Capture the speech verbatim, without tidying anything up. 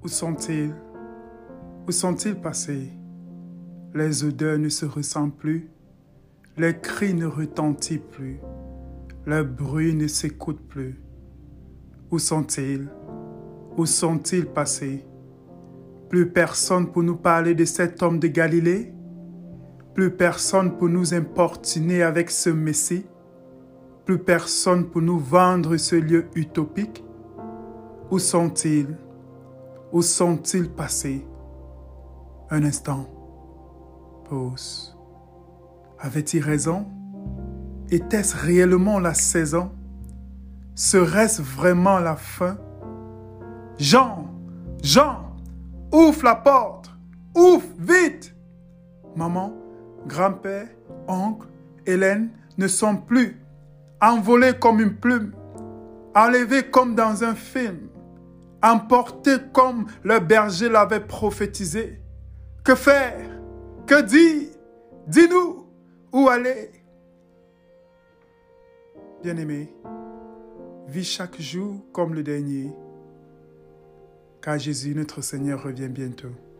Où sont-ils? Où sont-ils passés? Les odeurs ne se ressentent plus, les cris ne retentissent plus, le bruit ne s'écoute plus. Où sont-ils? Où sont-ils passés? Plus personne pour nous parler de cet homme de Galilée? Plus personne pour nous importuner avec ce Messie? Plus personne pour nous vendre ce lieu utopique? Où sont-ils? Où sont-ils passés? Un instant. Pause. Avait-il raison? Était-ce réellement la saison? Serait-ce vraiment la fin? Jean! Jean! Ouvre la porte! Ouvre vite! Maman, grand-père, oncle, Hélène ne sont plus envolés comme une plume, enlevés comme dans un film, emportés comme le berger l'avait prophétisé. Que faire? Que dire? Dis-nous où aller? Bien-aimé, vis chaque jour comme le dernier, car Jésus, notre Seigneur, revient bientôt.